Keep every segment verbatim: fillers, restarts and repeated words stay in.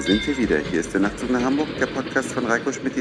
sind wir wieder. Hier ist der Nachtzug nach Hamburg, der Podcast von Reiko Schmidt, die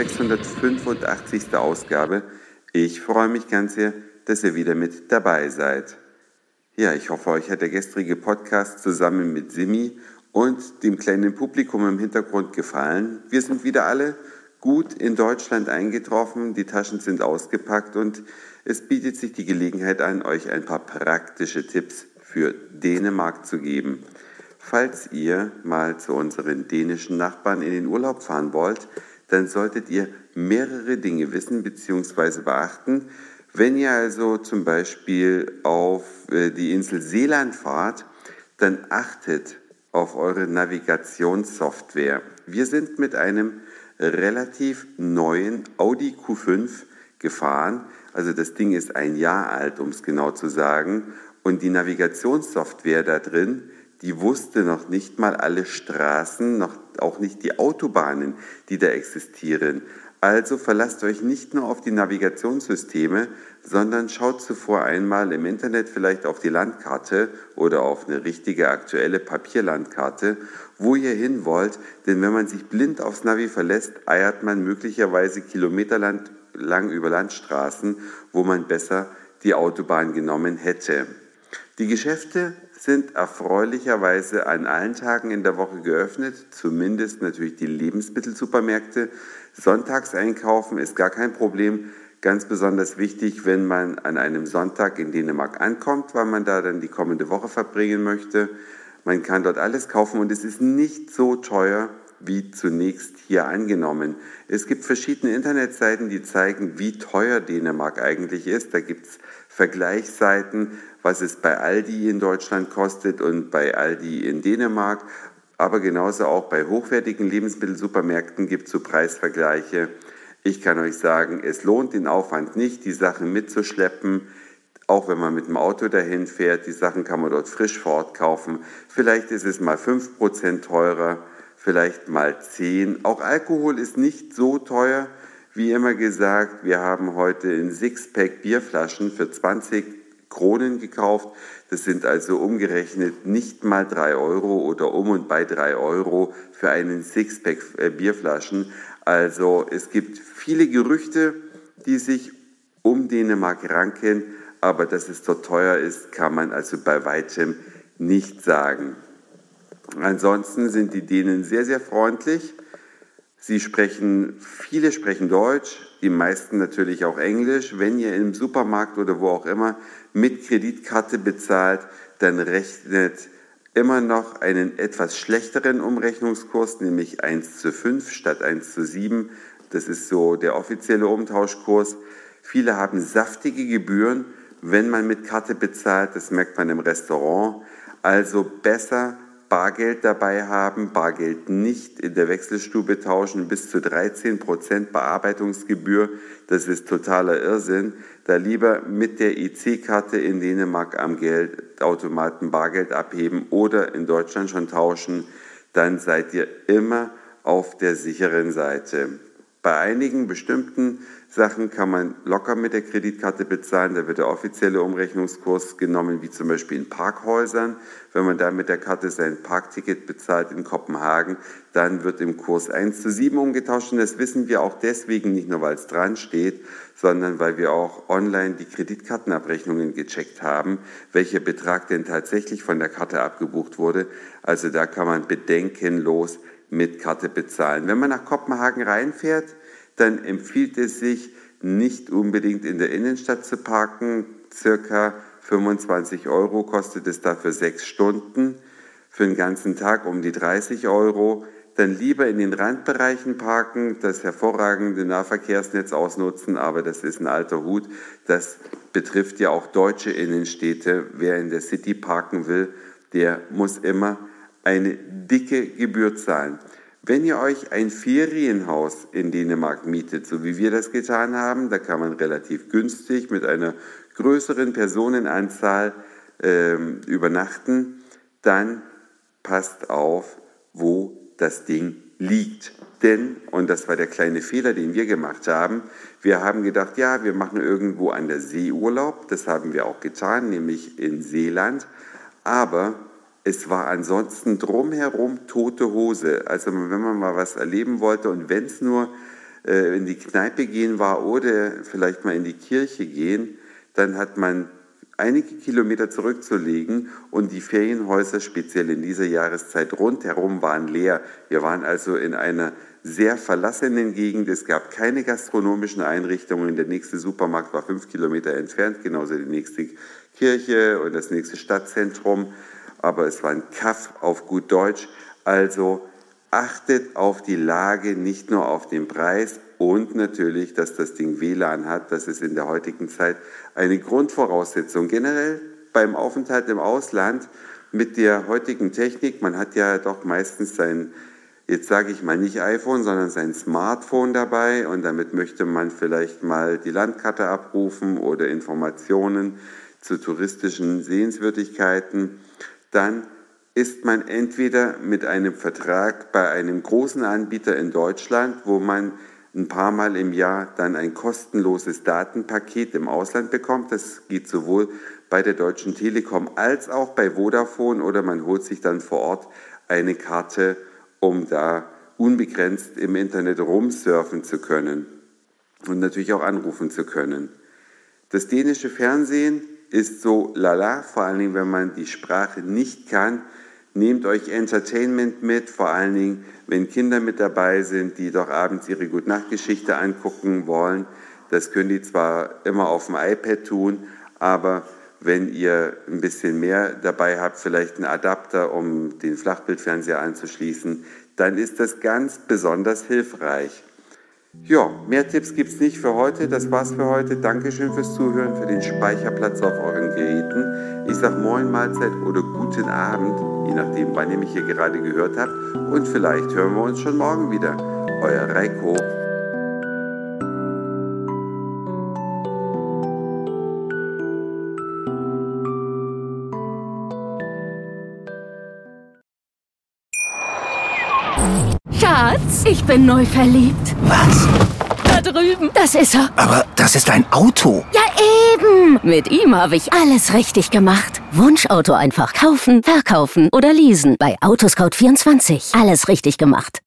eintausendsechshundertfünfundachtzigste Ausgabe. Ich freue mich ganz sehr, dass ihr wieder mit dabei seid. Ja, ich hoffe, euch hat der gestrige Podcast zusammen mit Simi und dem kleinen Publikum im Hintergrund gefallen. Wir sind wieder alle gut in Deutschland eingetroffen, die Taschen sind ausgepackt und es bietet sich die Gelegenheit an, euch ein paar praktische Tipps für Dänemark zu geben. Falls ihr mal zu unseren dänischen Nachbarn in den Urlaub fahren wollt, dann solltet ihr mehrere Dinge wissen bzw. beachten. Wenn ihr also zum Beispiel auf die Insel Seeland fahrt, dann achtet auf eure Navigationssoftware. Wir sind mit einem relativ neuen Audi Q fünf gefahren. Also das Ding ist ein Jahr alt, um es genau zu sagen. Und die Navigationssoftware da drin, die wusste noch nicht mal alle Straßen, noch auch nicht die Autobahnen, die da existieren. Also verlasst euch nicht nur auf die Navigationssysteme, sondern schaut zuvor einmal im Internet vielleicht auf die Landkarte oder auf eine richtige aktuelle Papierlandkarte, wo ihr hin wollt. Denn wenn man sich blind aufs Navi verlässt, eiert man möglicherweise kilometerlang über Landstraßen, wo man besser die Autobahn genommen hätte. Die Geschäfte sind erfreulicherweise an allen Tagen in der Woche geöffnet, zumindest natürlich die Lebensmittelsupermärkte. Sonntags einkaufen ist gar kein Problem, ganz besonders wichtig, wenn man an einem Sonntag in Dänemark ankommt, weil man da dann die kommende Woche verbringen möchte. Man kann dort alles kaufen und es ist nicht so teuer wie zunächst hier angenommen. Es gibt verschiedene Internetseiten, die zeigen, wie teuer Dänemark eigentlich ist. Da gibt es Vergleichsseiten, was es bei Aldi in Deutschland kostet und bei Aldi in Dänemark. Aber genauso auch bei hochwertigen Lebensmittelsupermärkten gibt es so Preisvergleiche. Ich kann euch sagen, es lohnt den Aufwand nicht, die Sachen mitzuschleppen. Auch wenn man mit dem Auto dahin fährt, die Sachen kann man dort frisch vor Ort kaufen. Vielleicht ist es mal fünf Prozent teurer, vielleicht mal zehn. Auch Alkohol ist nicht so teuer. Wie immer gesagt, wir haben heute ein Sixpack Bierflaschen für zwanzig Kronen gekauft. Das sind also umgerechnet nicht mal drei Euro oder um und bei drei Euro für einen Sixpack Bierflaschen. Also es gibt viele Gerüchte, die sich um Dänemark ranken, aber dass es so teuer ist, kann man also bei weitem nicht sagen. Ansonsten sind die Dänen sehr, sehr freundlich. Sie sprechen, viele sprechen Deutsch, die meisten natürlich auch Englisch. Wenn ihr im Supermarkt oder wo auch immer mit Kreditkarte bezahlt, dann rechnet immer noch einen etwas schlechteren Umrechnungskurs, nämlich eins zu fünf statt eins zu sieben. Das ist so der offizielle Umtauschkurs. Viele haben saftige Gebühren, wenn man mit Karte bezahlt. Das merkt man im Restaurant. Also besser Bargeld dabei haben, Bargeld nicht in der Wechselstube tauschen, bis zu dreizehn Prozent Bearbeitungsgebühr, das ist totaler Irrsinn. Da lieber mit der E C-Karte in Dänemark am Geldautomaten Bargeld abheben oder in Deutschland schon tauschen, dann seid ihr immer auf der sicheren Seite. Bei einigen bestimmten Sachen kann man locker mit der Kreditkarte bezahlen, da wird der offizielle Umrechnungskurs genommen, wie zum Beispiel in Parkhäusern. Wenn man da mit der Karte sein Parkticket bezahlt in Kopenhagen, dann wird im Kurs eins zu sieben umgetauscht. Und das wissen wir auch deswegen, nicht nur weil es dran steht, sondern weil wir auch online die Kreditkartenabrechnungen gecheckt haben, welcher Betrag denn tatsächlich von der Karte abgebucht wurde. Also da kann man bedenkenlos mit Karte bezahlen. Wenn man nach Kopenhagen reinfährt, dann empfiehlt es sich, nicht unbedingt in der Innenstadt zu parken. Circa fünfundzwanzig Euro kostet es dafür sechs Stunden. Für den ganzen Tag um die dreißig Euro. Dann lieber in den Randbereichen parken, das hervorragende Nahverkehrsnetz ausnutzen, aber das ist ein alter Hut. Das betrifft ja auch deutsche Innenstädte. Wer in der City parken will, der muss immer eine dicke Gebühr zahlen. Wenn ihr euch ein Ferienhaus in Dänemark mietet, so wie wir das getan haben, da kann man relativ günstig mit einer größeren Personenanzahl äh, übernachten, dann passt auf, wo das Ding liegt. Denn, und das war der kleine Fehler, den wir gemacht haben, wir haben gedacht, ja, wir machen irgendwo an der See Urlaub, das haben wir auch getan, nämlich in Seeland, aber Es war ansonsten drumherum tote Hose. Also wenn man mal was erleben wollte und wenn es nur äh, in die Kneipe gehen war oder vielleicht mal in die Kirche gehen, dann hat man einige Kilometer zurückzulegen und die Ferienhäuser, speziell in dieser Jahreszeit rundherum, waren leer. Wir waren also in einer sehr verlassenen Gegend. Es gab keine gastronomischen Einrichtungen. Der nächste Supermarkt war fünf Kilometer entfernt, genauso die nächste Kirche und das nächste Stadtzentrum. Aber es war ein Kaff auf gut Deutsch. Also achtet auf die Lage, nicht nur auf den Preis und natürlich, dass das Ding W L A N hat. Das ist in der heutigen Zeit eine Grundvoraussetzung. Generell beim Aufenthalt im Ausland mit der heutigen Technik, man hat ja doch meistens sein, jetzt sage ich mal nicht iPhone, sondern sein Smartphone dabei und damit möchte man vielleicht mal die Landkarte abrufen oder Informationen zu touristischen Sehenswürdigkeiten. Dann ist man entweder mit einem Vertrag bei einem großen Anbieter in Deutschland, wo man ein paar Mal im Jahr dann ein kostenloses Datenpaket im Ausland bekommt. Das geht sowohl bei der Deutschen Telekom als auch bei Vodafone oder man holt sich dann vor Ort eine Karte, um da unbegrenzt im Internet rumsurfen zu können und natürlich auch anrufen zu können. Das dänische Fernsehen ist so lala, vor allen Dingen, wenn man die Sprache nicht kann. Nehmt euch Entertainment mit, vor allen Dingen, wenn Kinder mit dabei sind, die doch abends ihre Gute-Nacht-Geschichte angucken wollen. Das können die zwar immer auf dem iPad tun, aber wenn ihr ein bisschen mehr dabei habt, vielleicht einen Adapter, um den Flachbildfernseher anzuschließen, dann ist das ganz besonders hilfreich. Ja, mehr Tipps gibt es nicht für heute. Das war's für heute. Dankeschön fürs Zuhören, für den Speicherplatz auf euren Geräten. Ich sage Moin, Mahlzeit oder guten Abend, je nachdem, wann ihr mich hier gerade gehört habt. Und vielleicht hören wir uns schon morgen wieder. Euer Reiko. Schatz, ich bin neu verliebt. Was? Da drüben. Das ist er. Aber das ist ein Auto. Ja, eben. Mit ihm habe ich alles richtig gemacht. Wunschauto einfach kaufen, verkaufen oder leasen. Bei Autoscout vierundzwanzig. Alles richtig gemacht.